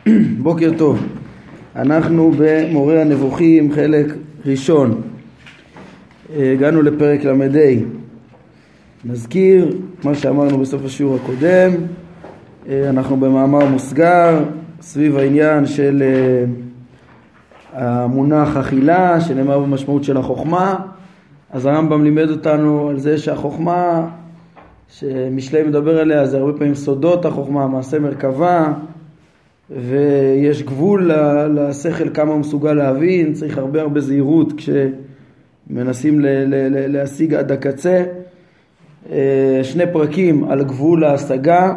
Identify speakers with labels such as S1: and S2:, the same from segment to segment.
S1: בוקר טוב. אנחנו במורה הנבוכים חלק ראשון. הגענו לפרק למדי. נזכיר מה שאמרנו בסוף השיעור הקודם. אנחנו במאמר מוסגר סביב העניין של המונח אכילה שנאמר במשמעות של החוכמה. אז הרמב"ם לימד אותנו על זה שהחוכמה שמשלי מדבר עליה זה הרבה פעמים סודות החוכמה, מעשה מרכבה, ויש גבול לשכל כמה הוא מסוגל להבין. צריך הרבה זהירות כשמנסים להשיג עד הקצה. שני פרקים על גבול ההשגה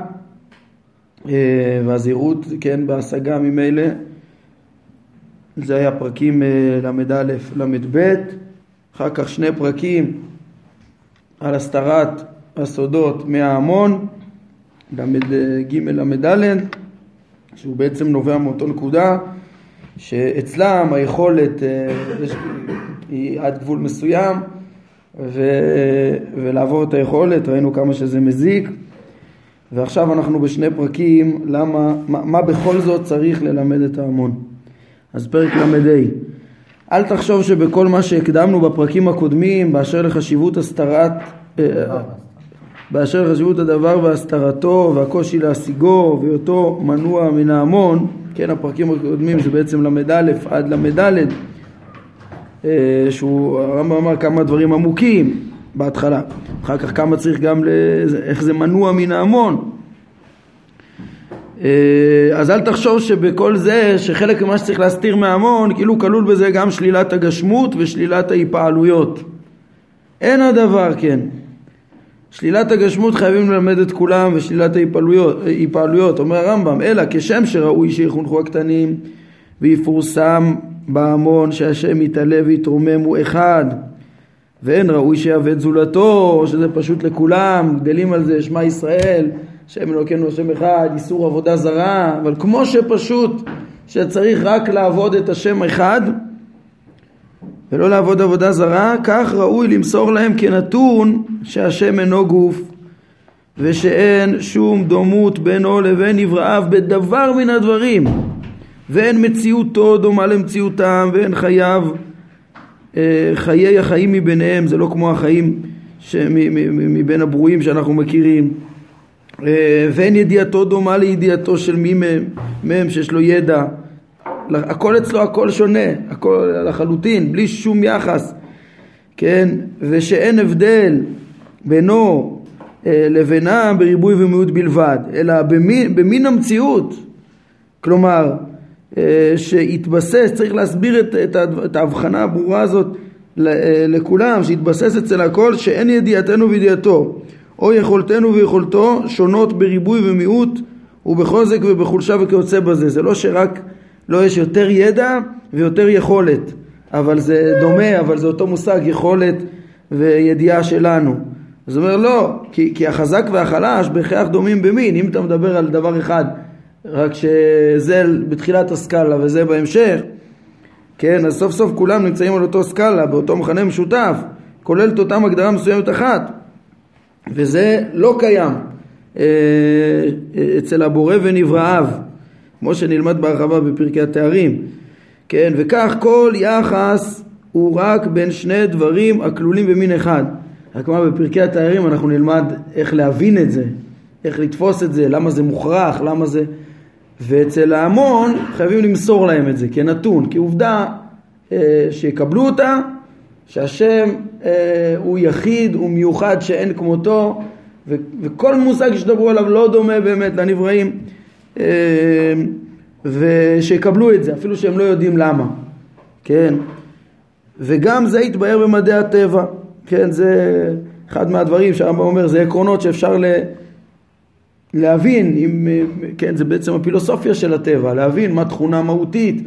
S1: והזהירות כן בהשגה ממילא, זה היה פרקים למד א' למד ב'. אחר כך שני פרקים על הסתרת הסודות מההמון, למד ג' למד ד', שהוא בעצם נובע מאותו נקודה שאצלם היכולת היא עד גבול מסוים, ולעבור את היכולת ראינו כמה שזה מזיק. ועכשיו אנחנו בשני פרקים מה בכל זאת צריך ללמד את ההמון. אז פרק למדי. אל תחשוב שבכל מה שהקדמנו בפרקים הקודמים באשר לחשיבות הדבר והסתרתו והקושי להשיגו ואותו מנוע מן ההמון, כן, הפרקים הקודמים זה בעצם למד א' עד למד ד', שהוא הרמב"ם אמר כמה דברים עמוקים בהתחלה, אחר כך כמה צריך גם איך זה מנוע מן ההמון. אז אל תחשוב שבכל זה שחלק ממה שצריך להסתיר מההמון כאילו כלול בזה גם שלילת הגשמות ושלילת ההיפעלויות. אין הדבר כן. שלילת הגשמות חייבים ללמד את כולם, ושלילת ההיפעלויות אומר הרמב"ם אלא כשם שראוי שיחונכו הקטנים ויפורסם בהמון שהשם יתעלה ויתרומם הוא אחד, ואין ראוי שיעבד זולתו, שזה פשוט לכולם, גדלים על זה שמע ישראל שם אלוקינו השם אחד, איסור עבודה זרה. אבל כמו שפשוט שצריך רק לעבוד את השם אחד ולא לעבוד עבודה זרה, כך ראוי למסור להם כנתון שהשם אינו גוף ושאין שום דומות בינו לבין נבראיו בדבר מן הדברים, ואין מציאותו דומה למציאותם, ואין חיי החיים מביניהם, זה לא כמו החיים מבין הברואים שאנחנו מכירים, ואין ידיעתו דומה לידיעתו של מי מהם שיש לו ידע. הכל אצלו הכל שונה, הכל לחלוטין בלי שום יחס, כן, ושאין הבדל בינו לבינם בריבוי ומיעוט בלבד, אלא במין המציאות. כלומר שהתבסס, צריך להסביר את ההבחנה הברורה הזאת לכולם, שהתבסס אצל הכל שאין ידיעתנו וידיעתו או יכולתנו ויכולתו שונות בריבוי ומיעוט ובחוזק ובחולשה וכיוצא בזה. זה לא שרק לא יש יותר ידע ויותר יכולת, אבל זה דומה, אבל זה אותו מושג יכולת וידיעה שלנו. אז אומר לא, כי החזק והחלש בהכרח דומים במין. אם אתה מדבר על דבר אחד רק שזה בתחילת הסקאלה וזה בהמשך, כן, אז סוף סוף כולם נמצאים על אותו סקאלה, באותו מכנה משותף, כולל את אותם הגדרה מסוימת אחת, וזה לא קיים אצל הבורא ונבראיו, כמו שנלמד בהרחבה בפרקי התארים, כן, וכך כל יחס הוא רק בין שני דברים הכלולים במין אחד. רק מה בפרקי התארים אנחנו נלמד איך להבין את זה, איך לתפוס את זה, למה זה מוכרח, למה זה, ואצל ההמון חייבים למסור להם את זה כנתון, כעובדה שיקבלו אותה, שהשם הוא יחיד, הוא מיוחד שאין כמותו, וכל מושג שדברו עליו לא דומה באמת לנבראים, ושיקבלו את זה אפילו שהם לא יודעים למה, כן. וגם זה יתבהר במדעי הטבע, כן, זה אחד מהדברים שהרמב"ם אומר, זה עקרונות שאפשר להבין, כן, זה בעצם הפילוסופיה של הטבע, להבין מה תכונה מהותית,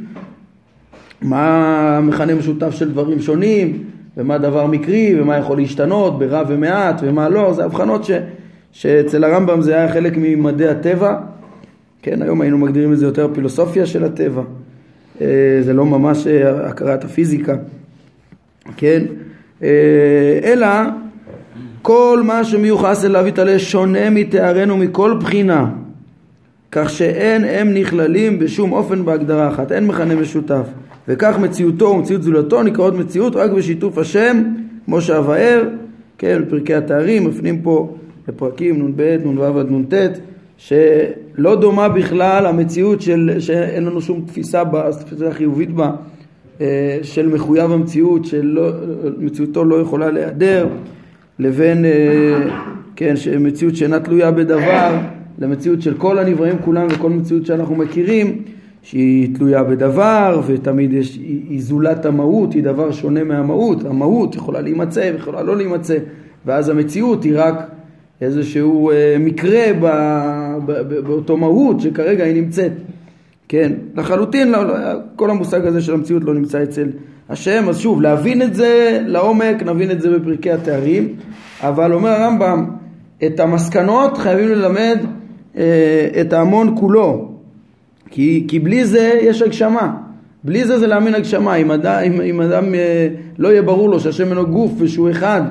S1: מה מכנה משותף של דברים שונים, ומה דבר מקרי, ומה יכול להשתנות ברב ומעט, ומה לא. זה הבחנות שאצל הרמב"ם זה היה חלק ממדעי הטבע, כן, היום היינו מגדירים את זה יותר פילוסופיה של הטבע, זה לא ממש הכרת הפיזיקה, כן, אלא כל מה שמיוחס אליו יתעלה שונה מתארנו מכל בחינה, כך שאין הם נכללים בשום אופן בהגדרה אחת, אין מכנה משותף. וכך מציאותו ומציאות זולתו נקראות מציאות רק בשיתוף השם, כמו שהבאר, כן, בפרקי התארים, מפנים פה לפרקים נ"ב, נ"ו עד נ"ט, שלא דומה בכלל המציאות שאין לנו שום תפיסה חיובית בה, של מחויב המציאות, שמציאותו לא יכולה להיעדר, לבין כן, מציאות שאינה תלויה בדבר, למציאות של כל הנבראים כולם וכל מציאות שאנחנו מכירים, שהיא תלויה בדבר ותמיד היא זולת המהות, היא דבר שונה מהמהות. המהות יכולה להימצא ויכולה לא להימצא, ואז המציאות היא רק איזשהו מקרה באותו מהות שכרגע היא נמצאת. כן, לחלוטין כל המושג הזה של המציאות לא נמצא אצל השם. אז שוב, להבין את זה לעומק, נבין את זה בפרקי התארים, אבל אומר הרמב"ם, את המסקנות חייבים ללמד את ההמון כולו, כי בלי זה יש הגשמה. בלי זה להאמין הגשמה. אם אדם לא יהיה ברור לו שהשם אינו גוף ושהוא אחד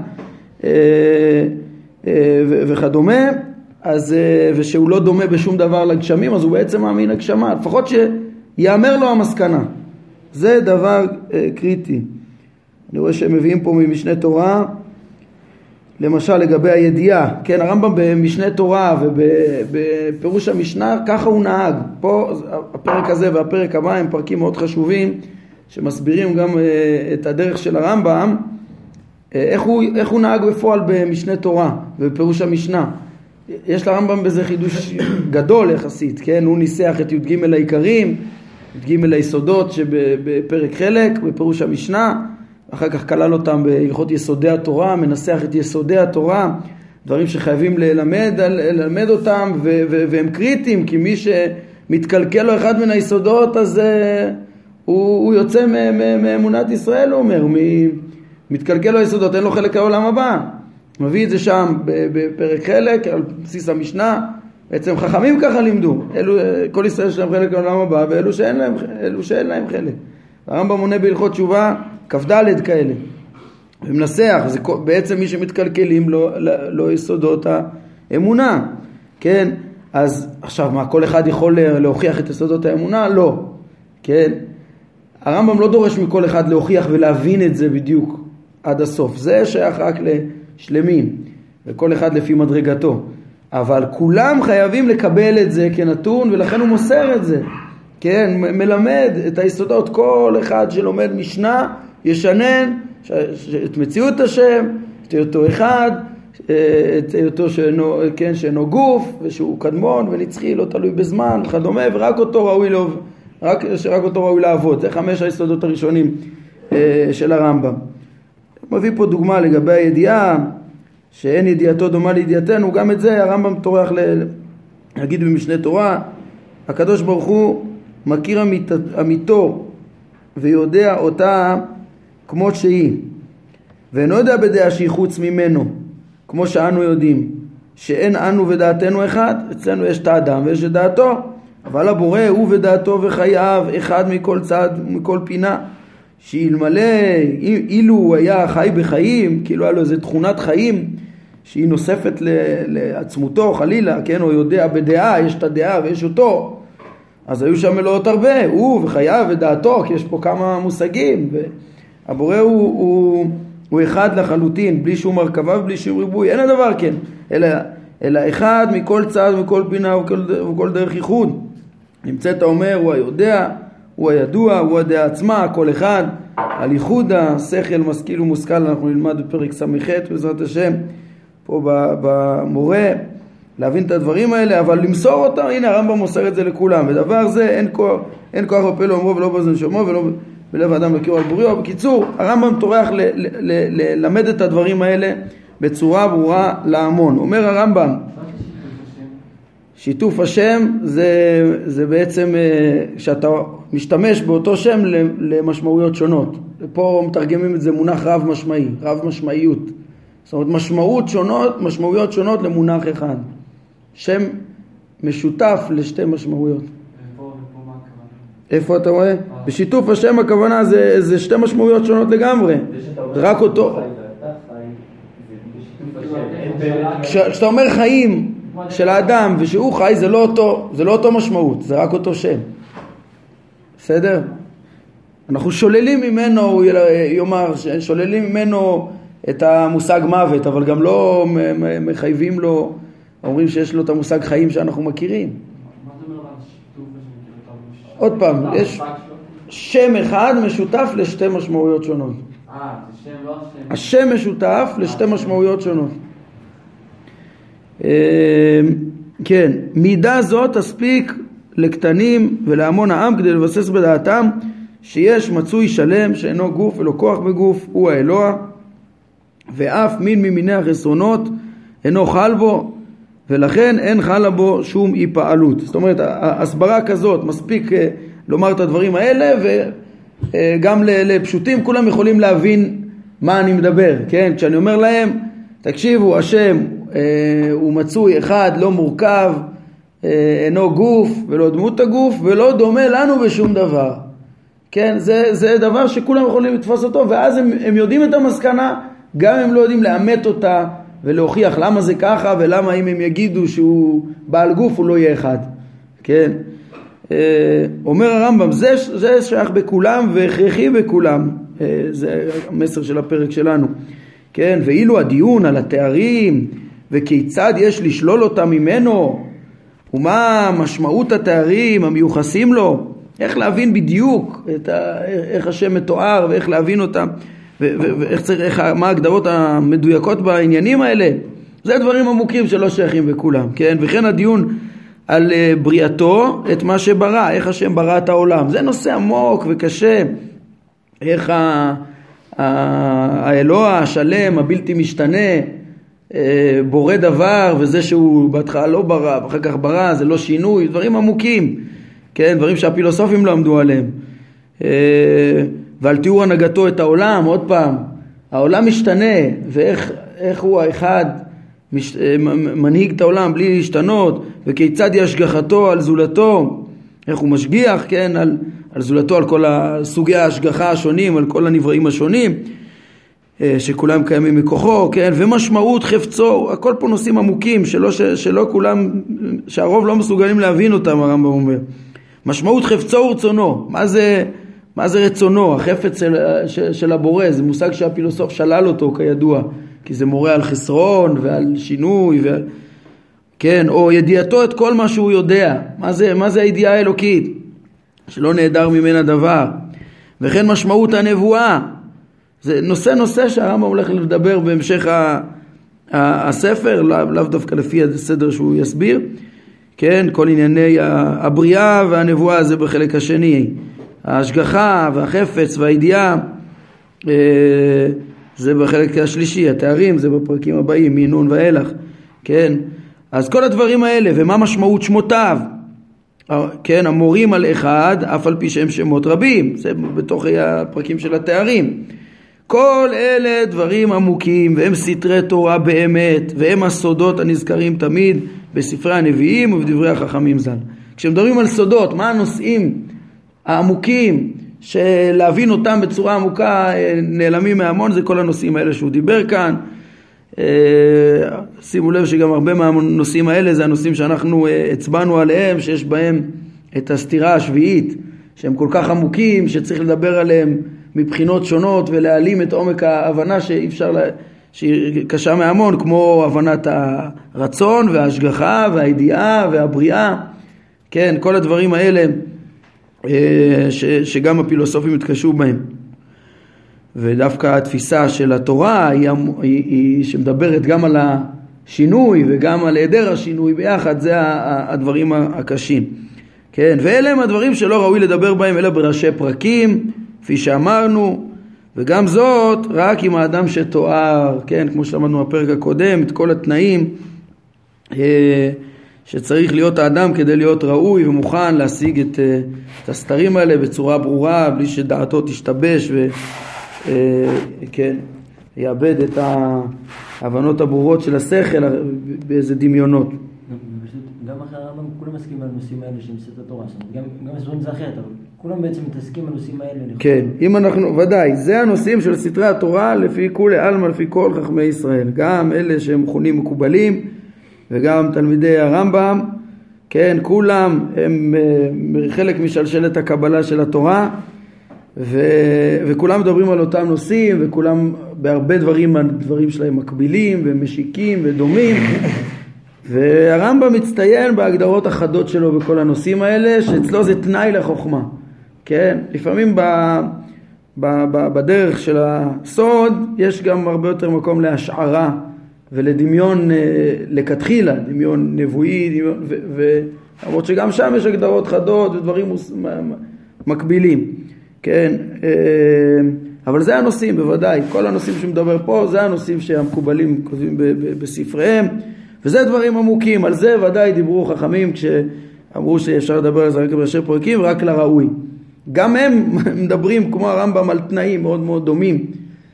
S1: וכדומה, אז ושהוא לא דומה בשום דבר לגשמים, אז הוא בעצם מאמין הגשמה. לפחות שיאמר לו המסקנה. זה דבר קריטי. אני רואה שהם מביאים פה ממשנה תורה, למשל לגבי הידיעה, כן, הרמב"ם במשנה תורה ובפירוש המשנה, ככה הוא נהג. פה הפרק הזה והפרק הבא הם פרקים מאוד חשובים, שמסבירים גם את הדרך של הרמב"ם, איך הוא נהג בפועל במשנה תורה ובפירוש המשנה. יש לרמב"ם בזה חידוש גדול יחסית, כן, הוא ניסח את י"ג העיקרים, י"ג היסודות שבפרק חלק, בפירוש המשנה, אחר כך כלל אותם בהלכות יסודי התורה, מנסח את יסודי התורה, דברים שחייבים ללמד אותם, והם קריטיים, כי מי שמתקלקל לו אחד מן היסודות, אז הוא יוצא מאמונת ישראל, הוא אומר, מתקלקל לו היסודות, אין לו חלק העולם הבא. מביא את זה שם בפרק חלק, על בסיס המשנה, בעצם חכמים ככה לימדו, כל ישראל יש להם חלק העולם הבא, ואלו שאין להם חלק. הרמב"ם מונה בהלכות תשובה, כ"ד כאלה, ומנסח, זה בעצם מי שמתקלקלים לא יסודות האמונה, כן? אז עכשיו מה, כל אחד יכול להוכיח את יסודות האמונה? לא, כן? הרמב"ם לא דורש מכל אחד להוכיח ולהבין את זה בדיוק עד הסוף, זה שייך רק לשלמים, וכל אחד לפי מדרגתו, אבל כולם חייבים לקבל את זה כנתון, ולכן הוא מוסר את זה, כן? מלמד את היסודות, כל אחד שלומד משנה, ישנן את מציאות השם, את היותו אחד, את היותו שאינו גוף, ושהוא קדמון ונצחי, לא תלוי בזמן, וכדומה, ורק אותו ראוי לעבוד. זה 5 היסודות הראשונים של הרמב"ם. מביא פה דוגמה לגבי הידיעה, שאין ידיעתו דומה לידיעתנו, גם את זה הרמב"ם טורח להגיד במשנה תורה, הקדוש ברוך הוא מכיר אמיתו ויודע אותה כמו שהיא, ואינו יודע בדעה שהיא חוץ ממנו, כמו שאנו יודעים, שאין אנו ודעתנו אחד, אצלנו יש את האדם ויש את דעתו, אבל הבורא הוא ודעתו וחייו אחד מכל צד, מכל פינה, שאלמלא, אילו הוא היה חי בחיים, כאילו היה לו איזו תכונת חיים, שהיא נוספת לעצמותו חלילה, כן, הוא יודע בדעה, יש את הדעה ויש אותו, אז היו שם מלאות הרבה, הוא וחייו ודעתו, כי יש פה כמה מושגים, והבורא הוא אחד לחלוטין, בלי שום מרכבה ובלי שום ריבוי, אין הדבר כן, אלא אחד מכל צד ומכל פינה וכל דרך ייחוד. נמצאת אומר, הוא היודע, הוא הידוע, הוא הדעה עצמה, כל אחד, על ייחוד השכל משכיל ומושכל, אנחנו נלמד בפרק ס"ח בעזרת השם, פה במורה, להבין את הדברים האלה, אבל למסור אותם, הנה הרמב"ם מוסר את זה לכולם, ודבר זה אין כוח בפה לא אמרו ולא באוזן שומעו ולא בלב האדם להכירו על בוריו. בקיצור, הרמב"ם טורח ללמד את הדברים האלה בצורה ברורה להמון. אומר הרמב"ם, שיתוף השם זה בעצם שאתה משתמש באותו שם למשמעויות שונות. פה מתרגמים את זה מונח רב משמעי, רב משמעיות. זאת אומרת משמעויות שונות למונח אחד. שם משותף לשתי משמעויות. איפה אתה רואה? בשיתוף השם הכוונה זה שתי משמעויות שונות לגמרי. רק אותו. כשאתה אומר חיים, של האדם, ושהוא חי זה לא אותו משמעות, זה רק אותו שם. בסדר? אנחנו שוללים ממנו, הוא יאמר, שוללים ממנו את המושג מוות, אבל גם לא מחייבים לו, אומרים שיש לו את המושג חיים שאנחנו מכירים.
S2: מה זה אומר שיתוף?
S1: עוד פעם, יש שם אחד משותף לשתי משמעויות שונות.
S2: זה שם לא השם.
S1: השם משותף לשתי משמעויות שונות. כן, מידה זאת תספיק לקטנים ולהמון העם כדי לבסס בדעתם שיש מצוי שלם שאינו גוף ולא כוח בגוף, הוא האלוה, ואף מין ממיני החסרונות אינו חל בו, ולכן אין חלה בו שום אי פעלות. זאת אומרת, הסברה כזאת מספיק לומר את הדברים האלה, וגם לפשוטים כולם יכולים להבין מה אני מדבר. כן? כשאני אומר להם, תקשיבו, השם הוא מצוי אחד, לא מורכב, אינו גוף ולא דמות הגוף, ולא דומה לנו בשום דבר. כן? זה דבר שכולם יכולים לתפוס אותו, ואז הם יודעים את המסקנה, גם הם לא יודעים לאמת אותה ולהוכיח למה זה ככה, ולמה אם הם יגידו שהוא בעל גוף הוא לא יהיה אחד. כן? אומר הרמב"ם, זה שייך בכולם והכרחי בכולם. זה המסר של הפרק שלנו. כן? ואילו הדיון על התארים וכיצד יש לשלול אותם ממנו, ומה משמעות התארים המיוחסים לו, איך להבין בדיוק איך השם מתואר ואיך להבין אותם, מה ההגדרות המדויקות בעניינים האלה, זה דברים עמוקים שלא שייכים בכולם. כן? וכן הדיון על בריאתו, את מה שברא, איך השם ברא את העולם, זה נושא עמוק וקשה. איך האלוה השלם הבלתי משתנה בורא דבר, וזה שהוא בהתחלה לא ברא ואחר כך ברא, זה לא שינוי, דברים עמוקים. כן? דברים שהפילוסופים לא עמדו עליהם. ועל תיאור הנהגתו את העולם, עוד פעם, העולם משתנה, ואיך הוא האחד מנהיג את העולם בלי להשתנות, וכיצד היא השגחתו על זולתו, איך הוא משגיח, כן, על זולתו, על כל סוגי ההשגחה השונים, על כל הנבראים השונים, שכולם קיימים מכוחו, כן, ומשמעות חפצו, הכל פה נושאים עמוקים, שלא כולם, שהרוב לא מסוגלים להבין אותם, הרמב"ם אומר. משמעות חפצו ורצונו, מה זה רצונו? החפץ של הבורא, זה מושג שהפילוסוף שלל אותו כידוע, כי זה מורה על חסרון ועל שינוי, כן, או ידיעתו את כל מה שהוא יודע. מה זה הידיעה האלוקית? שלא נהדר ממנה דבר. וכן משמעות הנבואה. זה נושא שהרמב"ם הולך לדבר בהמשך הספר, לאו דווקא לפי הסדר שהוא יסביר. כן, כל ענייני הבריאה והנבואה זה בחלק השני. ההשגחה והחפץ והידיעה זה בחלק השלישי. התארים זה בפרקים הבאים, מינון ואילך. כן, אז כל הדברים האלה, ומה משמעות שמותיו? כן, המורים על אחד, אף על פי שהם שמות רבים. זה בתוך הפרקים של התארים. כל אלה דברים עמוקים, והם סתרי תורה באמת, והם הסודות הנזכרים תמיד בספרי הנביאים ובדברי החכמים ז"ל. כשמדברים על סודות, מה הנושאים העמוקים שלהבין אותם בצורה עמוקה נעלמים מהמון, זה כל הנושאים האלה שהוא דיבר כאן. שימו לב שגם הרבה מהנושאים האלה זה הנושאים שאנחנו הצבענו עליהם, שיש בהם את הסתירה השביעית, שהם כל כך עמוקים שצריך לדבר עליהם מבחינות שונות ולהעלים את עומק ההבנה שאי אפשר, שהיא קשה מהמון, כמו הבנת הרצון וההשגחה והידיעה והבריאה. כן, כל הדברים האלה שגם הפילוסופים התקשו בהם. ודווקא התפיסה של התורה היא שמדברת גם על השינוי וגם על היעדר השינוי ביחד, זה הדברים הקשים. כן, ואלה הם הדברים שלא ראוי לדבר בהם אלא בראשי פרקים, כפי שאמרנו, וגם זאת רק עם האדם שתואר, כן, כמו שלמדנו בפרק הקודם, את כל התנאים שצריך להיות האדם כדי להיות ראוי ומוכן להשיג את הסתרים האלה בצורה ברורה, בלי שדעתו תשתבש כן, יאבד את ההבנות הברורות של השכל באיזה דמיונות.
S3: גם אחרי הרמב"ם כולם מסכימים על הנושאים האלה של ספר התורה, גם מסורים זה אחרת, אבל כולם בעצם מתעסקים על הנושאים האלה.
S1: כן, אם אנחנו, ודאי, זה הנושאים של ספרי התורה לפי כולי עלמא, לפי כל חכמי ישראל, גם אלה שהם מכונים מקובלים, וגם תלמידי הרמב"ם, כן, כולם הם חלק משלשלת הקבלה של התורה, וכולם מדברים על אותם נושאים, וכולם בהרבה דברים שלהם מקבילים ומשיקים ודומים, והרמב"ם מצטיין בהגדרות החדות שלו בכל הנושאים האלה, שאצלו זה תנאי לחוכמה. כן, לפעמים בדרך של הסוד יש גם הרבה יותר מקום להשערה ולדמיון לכתחילה, דמיון נבואי, למרות שגם שם יש הגדרות חדות ודברים מקבילים. כן, אבל זה הנושאים בוודאי, כל הנושאים שמדבר פה זה הנושאים שהמקובלים כותבים בספריהם, וזה דברים עמוקים, על זה ודאי דיברו חכמים כשאמרו שאפשר לדבר על זה רק בראשי פרקים רק לראוי. גם הם מדברים כמו הרמב"ם על תנאים מאוד מאוד דומים,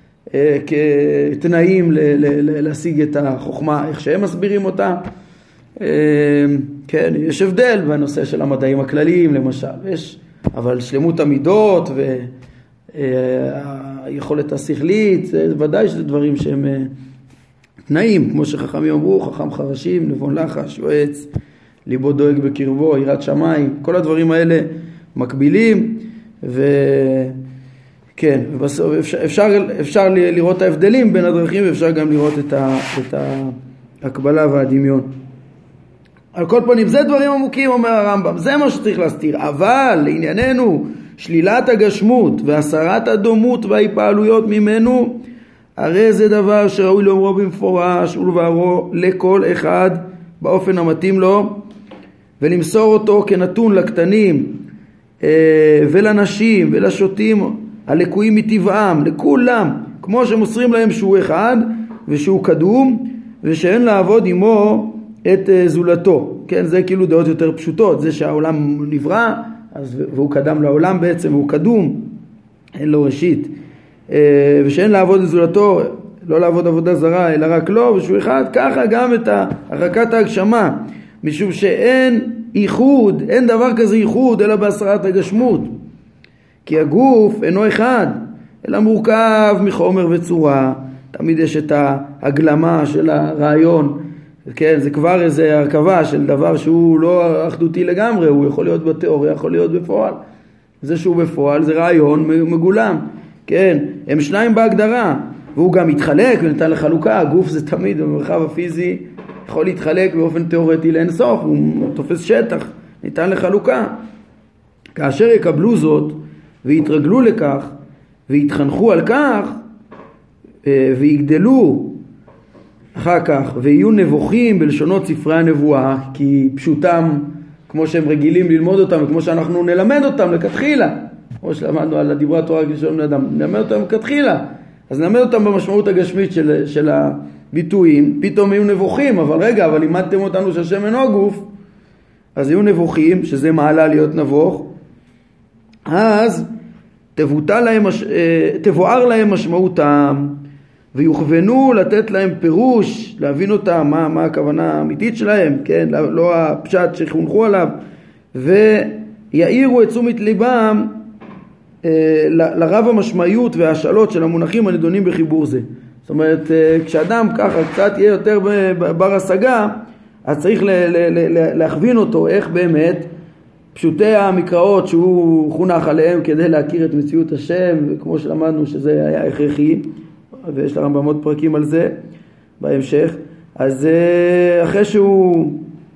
S1: כתנאים להשיג את החוכמה, איך שהם מסבירים אותה. כן, יש הבדל בנושא של המדעים הכלליים למשל, אבל שלמות המידות והיכולת השכלית, זה ודאי שזה דברים שהם תנאים, כמו שחכמים אמרו, חכם חרשים, נבון לחש, יועץ, ליבו דואג בקרבו, יראת שמיים, כל הדברים האלה מקבילים, וכן, אפשר לראות ההבדלים בין הדרכים, ואפשר גם לראות את ההקבלה והדמיון. על כל פנים, זה דברים עמוקים, אומר הרמב"ם, זה מה שצריך להסתיר, אבל לענייננו, שלילת הגשמות והסרת הדומות וההיפעלויות ממנו, הרי זה דבר שראוי לאומרו במפורש ולבארו לכל אחד באופן המתאים לו, ולמסור אותו כנתון לקטנים ולנשים ולשוטים הלקויים מטבעם, לכולם, כמו שמוסרים להם שהוא אחד ושהוא קדום, ושאין לעבוד עמו את זולתו. כן, זה כאילו דעות יותר פשוטות, זה שהעולם נברא, והוא קדם לעולם בעצם, והוא קדום, אין לו ראשית. ושאין לעבוד את זולתו, לא לעבוד עבודה זרה, אלא רק לו, ושהוא אחד, ככה גם את הרחקת ההגשמה, משום שאין ייחוד, אין דבר כזה ייחוד, אלא בהסרת הגשמות. כי הגוף אינו אחד, אלא מורכב מחומר וצורה, תמיד יש את ההגלמה של הרעיון, כן, זה כבר איזה הרכבה של דבר שהוא לא אחדותי לגמרי, הוא יכול להיות בתיאוריה, יכול להיות בפועל. זה שהוא בפועל זה רעיון מגולם, כן, הם שניים בהגדרה, והוא גם מתחלק וניתן לחלוקה, הגוף זה תמיד במרחב הפיזי, יכול להתחלק באופן תיאורטי לאינסוף, הוא תופס שטח, ניתן לחלוקה. כאשר יקבלו זאת ויתרגלו לכך ויתחנכו על כך ויגדלו אחר כך ויהיו נבוכים בלשונות ספרי הנבואה, כי פשוטם כמו שהם רגילים ללמוד אותם וכמו שאנחנו נלמד אותם לכתחילה, כמו שלמדנו על הדיברת תורה כלשון אדם, נלמד אותם לכתחילה, אז נלמד אותם במשמעות הגשמית של הביטויים, פתאום יהיו נבוכים, אבל רגע, אבל לימדתם אותנו שהשם אינו הגוף, אז יהיו נבוכים, שזה מעלה להיות נבוך, אז תבואר להם משמעותם, ויוכוונו לתת להם פירוש, להבין אותם, מה הכוונה האמיתית שלהם, כן? לא הפשט שחונכו עליו, ויעירו את תשומת ליבם לרב המשמעיות והשאלות של המונחים הנדונים בחיבור זה. זאת אומרת, כשאדם ככה קצת יהיה יותר בר השגה, אז צריך להכווין אותו איך באמת פשוטי המקראות שהוא חונך עליהם כדי להכיר את מציאות השם, וכמו שלמדנו שזה היה הכרחי, ויש לרמב"ם עוד פרקים על זה בהמשך. אז אחרי שהוא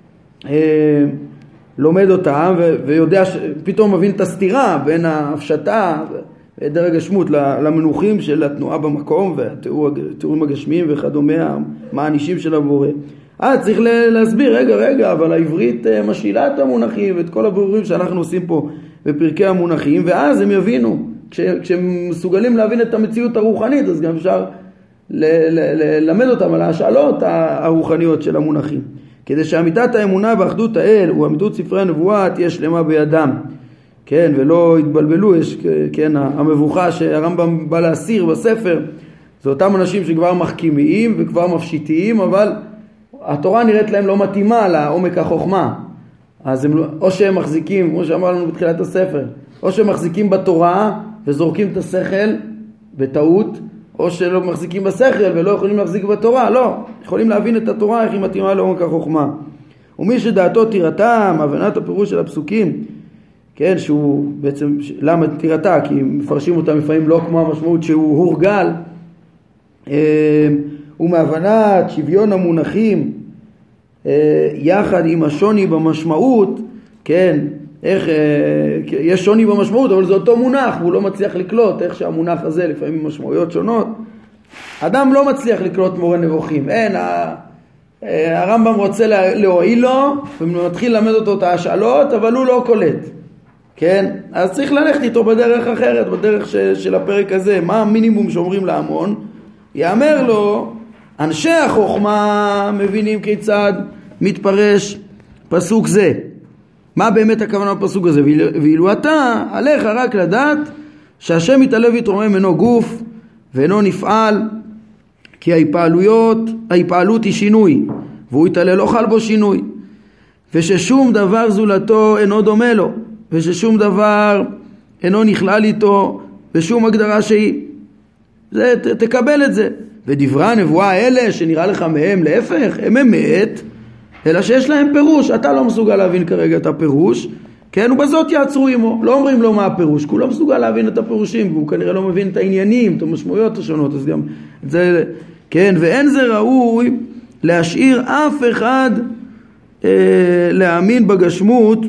S1: לומד אותם ויודע, פתאום מבין את הסתירה בין ההפשטה והיעדר הגשמות למנוחים של התנועה במקום והתיאורים הגשמיים וכדומה, המענישים של הבורא. צריך להסביר, רגע, אבל העברית משאילה את המונחים ואת כל הבירורים שאנחנו עושים פה בפרקי המונחים, ואז הם יבינו. כשהם מסוגלים להבין את המציאות הרוחנית, אז גם אפשר ללמד אותם על השאלות הרוחניות של המונחים. כדי שאמיתת האמונה באחדות האל ועמידות ספרי הנבואה תהיה שלמה בידם. כן, ולא יתבלבלו, יש, כן, המבוכה שהרמב"ם בא להסיר בספר, זה אותם אנשים שכבר מחכימיים וכבר מפשיטיים, אבל התורה נראית להם לא מתאימה לעומק החוכמה. אז הם, או שהם מחזיקים, כמו שאמר לנו בתחילת הספר, או שהם מחזיקים בתורה וזורקים את השכל בטעות, או שלא מחזיקים בשכל ולא יכולים להחזיק בתורה, לא, יכולים להבין את התורה איך היא מתאימה לעומק החוכמה. ומי שדעתו תירתם, הבנת הפירוש של הפסוקים, כן, שהוא בעצם, למה תירתה? כי מפרשים אותם לפעמים לא כמו המשמעות שהוא הורגל, ומהבנת שוויון המונחים יחד עם השוני במשמעות, כן, איך, יש שוני במשמעות, אבל זה אותו מונח, והוא לא מצליח לקלוט, איך שהמונח הזה לפעמים משמעויות שונות. אדם לא מצליח לקלוט מורה נבוכים, אין, הרמב"ם רוצה להועיל לו, ומתחיל ללמד אותו את ההשאלות, אבל הוא לא קולט, כן? אז צריך ללכת איתו בדרך אחרת, בדרך של הפרק הזה. מה המינימום שאומרים להמון? יאמר לו, אנשי החוכמה מבינים כיצד מתפרש פסוק זה. מה באמת הכוונה בפסוק הזה? ואילו אתה, עליך רק לדעת שהשם מתעלה ויתרומם אינו גוף ואינו נפעל, כי ההתפעלות היא שינוי, והוא יתעלה לא חל בו שינוי, וששום דבר זולתו אינו דומה לו, וששום דבר אינו נכלל איתו בשום הגדרה שהיא. זה, תקבל את זה. ודברי הנבואה האלה שנראה לך מהם להפך, הם אמת, אלא שיש להם פירוש. אתה לא מסוגל להבין כרגע את הפירוש, כן, ובזאת יעצרו עמו. לא אומרים לו מה הפירוש, כי הוא לא מסוגל להבין את הפירושים, והוא כנראה לא מבין את העניינים, את המשמעויות השונות. אז גם זה, כן, ואין זה ראוי להשאיר אף אחד להאמין בגשמות,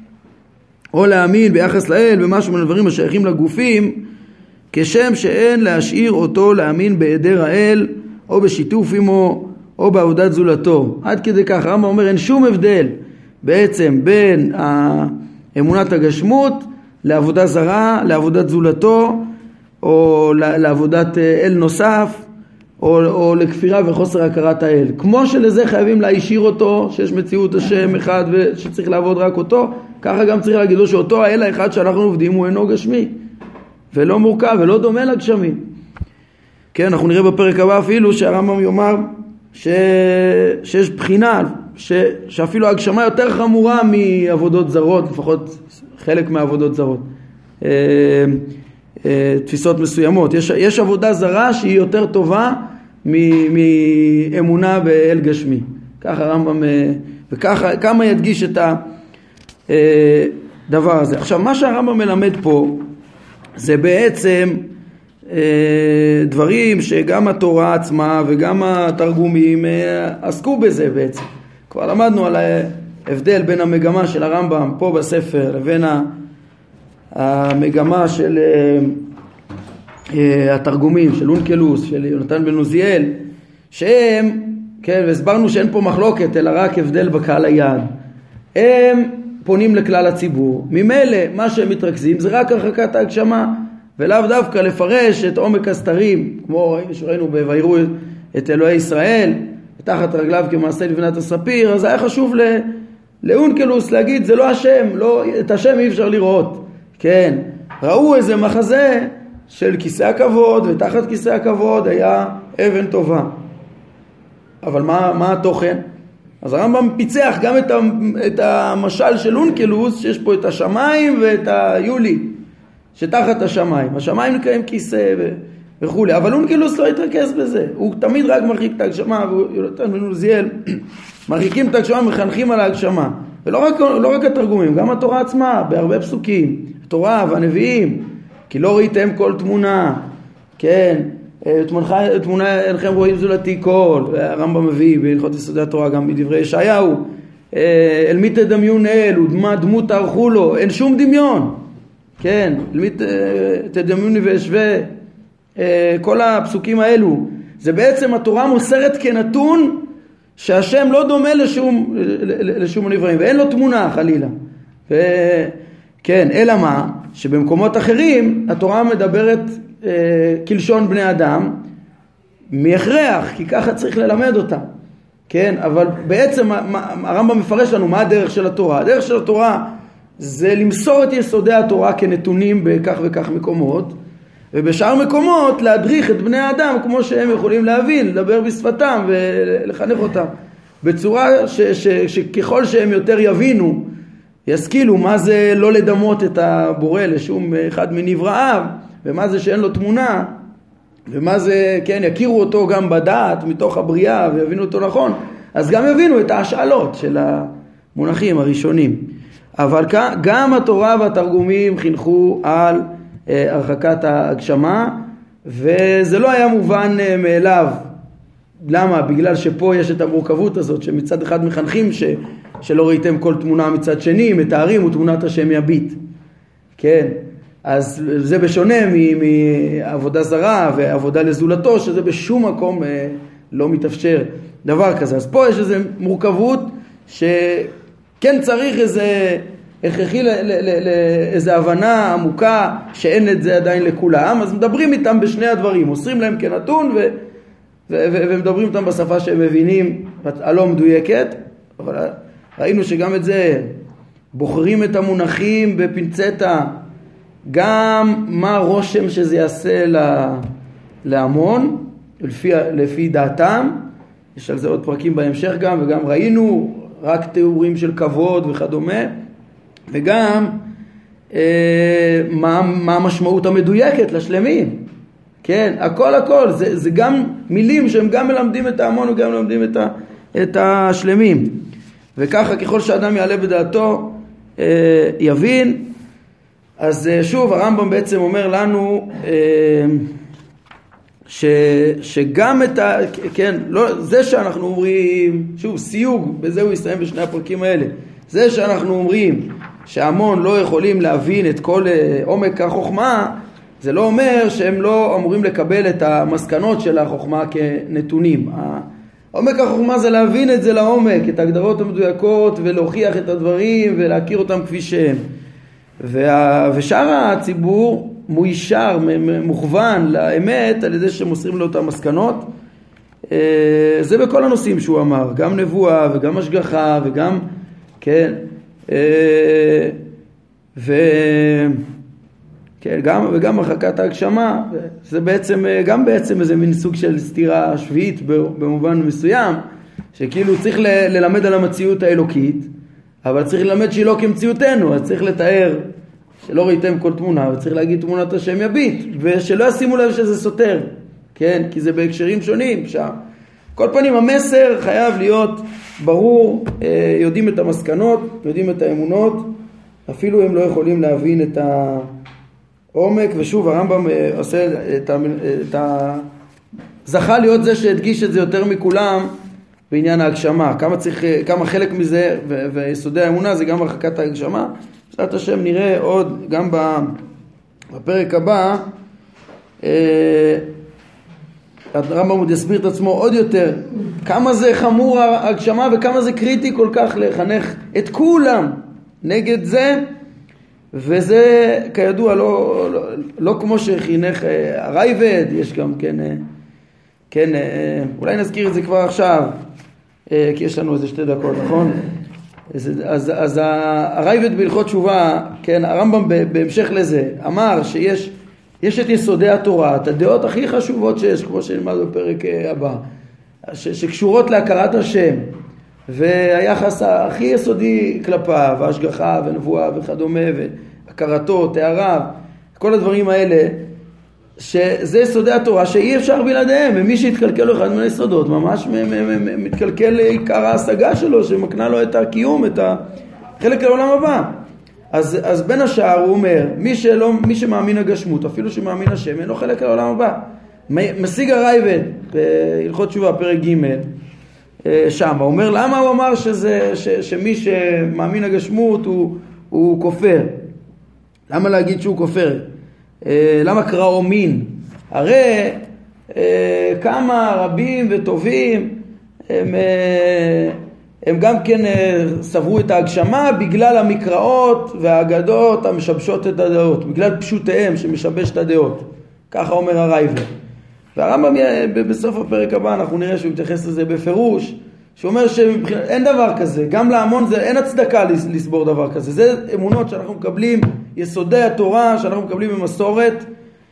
S1: או להאמין ביחס לאל במשהו מן הדברים השייכים לגופים, כשם שאין להשאיר אותו להאמין בהיעדר האל, או בשיתוף עמו, או בעבודת זולתו. עד כדי כך הרמב"ם אומר, אין שום הבדל בעצם בין אמונת הגשמות לעבודה זרה, לעבודת זולתו, או לעבודת אל נוסף, או לכפירה וחוסר הכרת האל. כמו שלזה חייבים להישיר אותו, שיש מציאות השם אחד ושצריך לעבוד רק אותו, ככה גם צריך להגיד לו שאותו האל האחד שאנחנו עובדים הוא אינו גשמי, ולא מורכב ולא דומה לגשמי. כן, אנחנו נראה בפרק הבא אפילו שהרמב"ם יאמר שיש בחינה, שאפילו ההגשמה יותר חמורה מעבודות זרות, לפחות חלק מהעבודות זרות. תפיסות מסוימות. יש עבודה זרה שהיא יותר טובה מאמונה באל גשמי. ככה הרמב"ם, וככה כמה ידגיש את הדבר הזה. עכשיו, מה שהרמב"ם מלמד פה זה בעצם דברים שגם התורה עצמה וגם התרגומים עסקו בזה בעצם. כבר למדנו על ההבדל בין המגמה של הרמב"ם פה בספר לבין המגמה של התרגומים של אונקלוס, של יונתן בן עוזיאל, שהם, כן, והסברנו שאין פה מחלוקת אלא רק הבדל בקהל היעד. הם פונים לכלל הציבור, ממילא מה שהם מתרכזים זה רק הרחקת ההגשמה, ולאו דווקא לפרש את עומק הסתרים, כמו שראינו ב"ויראו את אלוהי ישראל תחת רגליו כמעשה לבנת הספיר". אז היה חשוב לאונקלוס להגיד זה לא השם, לא, את השם אי אפשר לראות. כן, ראו איזה מחזה של כיסא הכבוד, ותחת כיסא הכבוד היה אבן טובה. אבל מה התוכן? אז הרמב"ם פיצח גם את המשל של אונקלוס, שיש פה את השמיים ואת היולי שתחת השמיים. השמיים נקראים כיסא וכו'. אבל אונקלוס לא התרכז בזה. הוא תמיד רק מרחיק את ההגשמה, ויונתן בן עוזיאל מרחיקים את ההגשמה, מחנכים על ההגשמה. ולא רק התרגומים, גם התורה עצמה, בהרבה פסוקים. התורה והנביאים, כי לא ראיתם כל תמונה, כן, תמונה אינכם רואים זולתי כל, הרמב"ם מביא בהלכות יסודי התורה גם בדברי ישעיהו, אל מי תדמיון אל, ודמות תערכו לו, אין שום דמיון, כן, אל מי תדמיוני ואשווה, כל הפסוקים האלו, זה בעצם התורה מוסרת כנתון שהשם לא דומה לשום הנבראים, ואין לו תמונה חלילה, כן, אלא מה? שבמקומות אחרים התורה מדברת כלשון בני אדם מהכרח, כי ככה צריך ללמד אותה. כן, אבל בעצם הרמב"ם מפרש לנו מה הדרך של התורה. הדרך של התורה זה למסור את יסודי התורה כנתונים בכך וכך מקומות, ובשאר מקומות להדריך את בני האדם כמו שהם יכולים להבין, לדבר בשפתם ולחנך אותם בצורה שככל שהם יותר יבינו, ישכילו מה זה לא לדמות את הבורא לשום אחד מנבראיו, ומה זה שאין לו תמונה, ומה זה, כן, יכירו אותו גם בדעת מתוך הבריאה ויבינו אותו נכון, אז גם יבינו את ההשאלות של המונחים הראשונים. אבל גם התורה והתרגומים חינכו על הרחקת ההגשמה, וזה לא היה מובן מאליו. למה? בגלל שפה יש את המורכבות הזאת, שמצד אחד מחנכים שלא ראיתם כל תמונה, מצד שני מתארים ותמונת השם יביט. כן, אז זה בשונה מעבודה זרה ועבודה לזולתו, שזה בשום מקום לא מתאפשר דבר כזה. אז פה יש איזו מורכבות שכן צריך איזה הכרחי לאיזו הבנה עמוקה שאין את זה עדיין לכולם. אז מדברים איתם בשני הדברים, מוסרים להם כנתון ומדברים איתם בשפה שהם מבינים, הלא מדויקת. אבל ראינו שגם את זה בוחרים את המונחים בפינצטה, גם מה הרושם שזה יעשה להמון לפי דעתם. יש על זה עוד פרקים בהמשך גם, וגם ראינו רק תיאורים של כבוד וכדומה, וגם מה המשמעות המדויקת לשלמים. כן, הכל זה גם מילים שהם גם מלמדים את ההמון וגם מלמדים את השלמים. וככה ככל שאדם יעלה בדעתו יבין. אז שוב הרמב"ם בעצם אומר לנו שגם את כן, לא, זה שאנחנו אומרים, שוב סיוג, בזה הוא יסיים בשני הפרקים האלה, זה שאנחנו אומרים שההמון לא יכולים להבין את כל עומק החוכמה, זה לא אומר שהם לא אמורים לקבל את המסקנות של החוכמה כנתונים. עומק החוכמה זה להבין את זה לעומק, את ההגדרות המדויקות, ולהוכיח את הדברים ולהכיר אותם כפי שהם. ושאר הציבור מוישר, מוכוון לאמת על ידי שמוסרים לו את המסקנות. זה בכל הנושאים שהוא אמר, גם נבואה וגם השגחה וגם, כן, כן, וגם הרחקת ההגשמה. זה בעצם, גם בעצם איזה מין סוג של סתירה שביעית במובן מסוים, שכאילו צריך ללמד על המציאות האלוקית, אבל צריך ללמד שהיא לא כמציאותנו, אז צריך לתאר שלא ראיתם כל תמונה, וצריך להגיד תמונת השם יביט, ושלא ישימו לב שזה סותר, כן? כי זה בהקשרים שונים. כל פנים המסר חייב להיות ברור, יודעים את המסקנות, יודעים את האמונות, אפילו הם לא יכולים להבין את העומק. ושוב הרמב"ם עושה זכה להיות זה שהדגיש את זה יותר מכולם בעניין ההגשמה, כמה חלק מזה ויסודי האמונה זה גם הרחקת ההגשמה. בעזרת השם נראה עוד גם בפרק הבא, הרמב"ם עוד יסביר את עצמו עוד יותר כמה זה חמור ההגשמה וכמה זה קריטי כל כך לחנך את כולם נגד זה. וזה כידוע לא כמו שחינך הרייבד, יש גם כן, אולי נזכיר את זה כבר עכשיו, כי יש לנו איזה 2 דקות, נכון? אז הרייבד בהלכות תשובה, כן, הרמב"ם בהמשך לזה אמר שיש את יסודי התורה, את הדעות הכי חשובות שיש, כמו שנלמד בפרק הבא, שקשורות להכרת השם והיחס הכי יסודי כלפיו, והשגחה ונבואה וכדומה, והכרתו, תאריו, כל הדברים האלה, שזה יסודי התורה שאי אפשר בלעדיהם, ומי שהתקלקל לו אחד מן היסודות ממש מתקלקל לעיקר ההשגה שלו, שמקנה לו את הקיום, את החלק לעולם הבא. אז בין השאר הוא אומר, מי שמאמין הגשמות, אפילו שמאמין השם, אין לו חלק לעולם הבא. משיג הרייבד בהלכות תשובה פרק ג' שם, הוא אומר למה הוא אמר שמי שמאמין הגשמות הוא כופר. למה להגיד שהוא כופר? למה קראו מין? הרי כמה רבים וטובים הם גם כן סברו את ההגשמה בגלל המקראות והאגדות המשבשות את הדעות, בגלל פשוטיהם שמשבש את הדעות. ככה אומר הרייבד. והרמב"ם בסוף הפרק הבא אנחנו נראה שהוא מתייחס לזה בפירוש, שאומר שאין דבר כזה, גם להמון זה אין הצדקה לסבור דבר כזה. זה אמונות שאנחנו מקבלים, יסודי התורה שאנחנו מקבלים במסורת.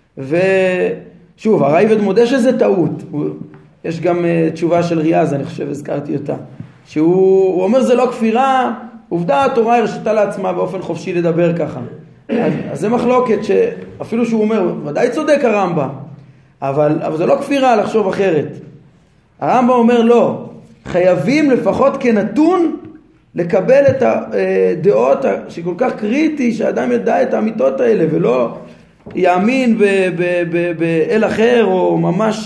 S1: ושוב, הרייבד מודה שזה טעות. יש גם תשובה של ריאז, אני חושב, הזכרתי אותה, שהוא אומר זה לא כפירה, עובדה התורה הרשתה לעצמה באופן חופשי לדבר ככה. אז זה מחלוקת שאפילו שהוא אומר, ודאי צודק הרמב"ם, אבל זה לא כפירה לחשוב אחרת. הרמב"ם אומר לא, חייבים לפחות כנתון לקבל את הדעות שכל כך קריטי שהאדם ידע את האמיתות האלה ולא יאמין באל אחר או ממש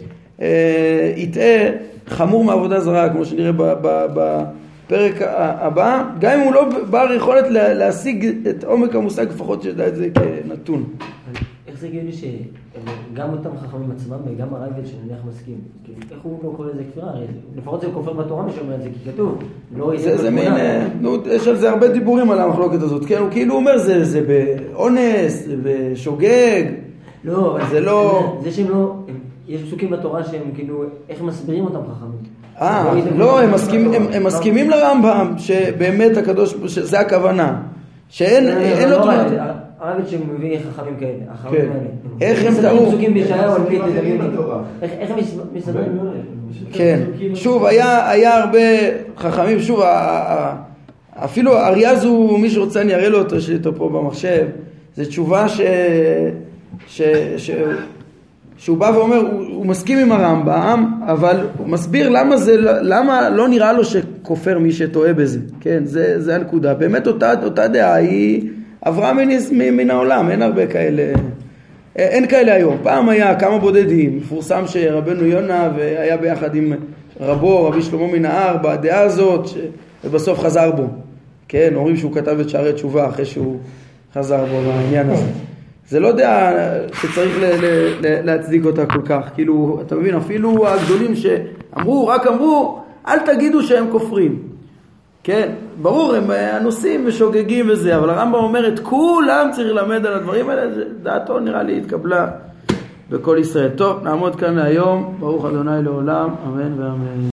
S1: יטעה חמור מעבודה זרה, כמו שנראה בפרק הבא, גם אם הוא לא בעל יכולת להשיג את עומק המושג, לפחות שידע את זה כנתון.
S3: איך זה הגיוני שגם אותם חכמים עצמם וגם הרייבד שנניח מסכים? איך הוא לא קורא לזה כפירה? לפחות זה כופר בתורה משאומר את זה, כי כתוב לא יהיה בתמונה.
S1: יש על זה הרבה דיבורים על המחלוקת הזאת, כן? הוא כאילו אומר זה באונס, בשוגג.
S3: לא,
S1: זה לא...
S3: זה שהם לא... יש פסוקים בתורה שהם כאילו, איך מסבירים אותם חכמים?
S1: לא, הם מסכימים לרמב"ם שבאמת הקדוש, שזה הכוונה. שאין לו תמונה.
S3: הרייבד שמביא חכמים כאלה, החכמים האלה.
S1: איך הם תראו?
S3: פסוקים בישעיהו על פי תדמיין. איך הם מסתדרים?
S1: כן, שוב, היה הרבה חכמים, שוב, אפילו אריאז הוא, מי שרוצה אני אראה לו אותו, שיש לו פה במחשב, זו תשובה שהוא בא ואומר, הוא מסכים עם הרמב"ם, אבל הוא מסביר למה לא נראה לו שכופר מי שטועה בזה, כן, זה הנקודה. באמת אותה דעה היא עברה מן העולם, אין הרבה כאלה, אין כאלה היום. פעם היה כמה בודדים, מפורסם שרבנו יונה והיה ביחד עם רבי שלמה מן ההר בדעה הזאת, ובסוף חזר בו. כן, אומרים שהוא כתב את שערי תשובה אחרי שהוא חזר בו בעניין הזה. זה לא דעה שצריך להצדיק אותה כל כך. כאילו, אתה מבין, אפילו הגדולים שאמרו, רק אמרו, אל תגידו שהם כופרים. כן, ברור, הם אנוסים ושוגגים וזה, אבל הרמב"ם אומר את כולם צריך ללמד על הדברים האלה, דעתו נראה לי התקבלה בכל ישראל. טוב, נעמוד כאן להיום, ברוך ה' לעולם, אמן ואמן.